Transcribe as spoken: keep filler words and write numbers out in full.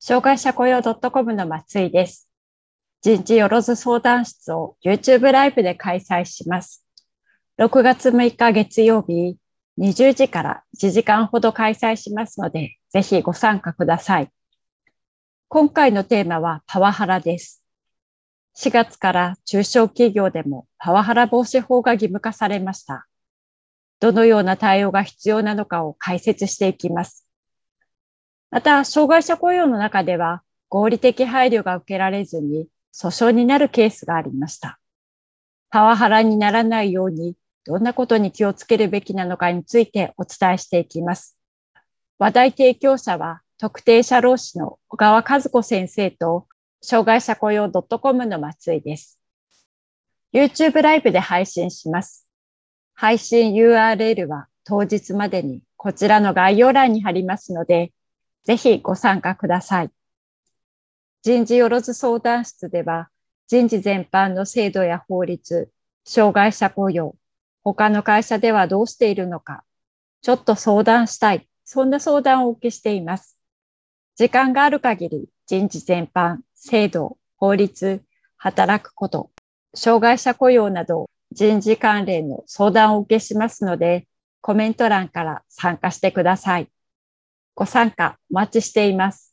障害者雇用 .com の松井です。人事よろず相談室を YouTube ライブで開催します。ろくがつむいか月曜日にじゅうじからいちじかんほど開催しますので、ぜひご参加ください。今回のテーマはパワハラです。しがつから中小企業でもパワハラ防止法が義務化されました。どのような対応が必要なのかを解説していきます。また、障害者雇用の中では合理的配慮が受けられずに訴訟になるケースがありました。パワハラにならないようにどんなことに気をつけるべきなのかについてお伝えしていきます。話題提供者は特定社労士の小川和子先生と障害者雇用 .com の松井です。YouTube ライブで配信します。配信 ユーアールエル は当日までにこちらの概要欄に貼りますので、ぜひご参加ください。人事よろず相談室では、人事全般の制度や法律、障害者雇用、他の会社ではどうしているのか、ちょっと相談したい、そんな相談をお受けしています。時間がある限り、人事全般、制度、法律、働くこと、障害者雇用など人事関連の相談をお受けしますので、コメント欄から参加してください。ご参加お待ちしています。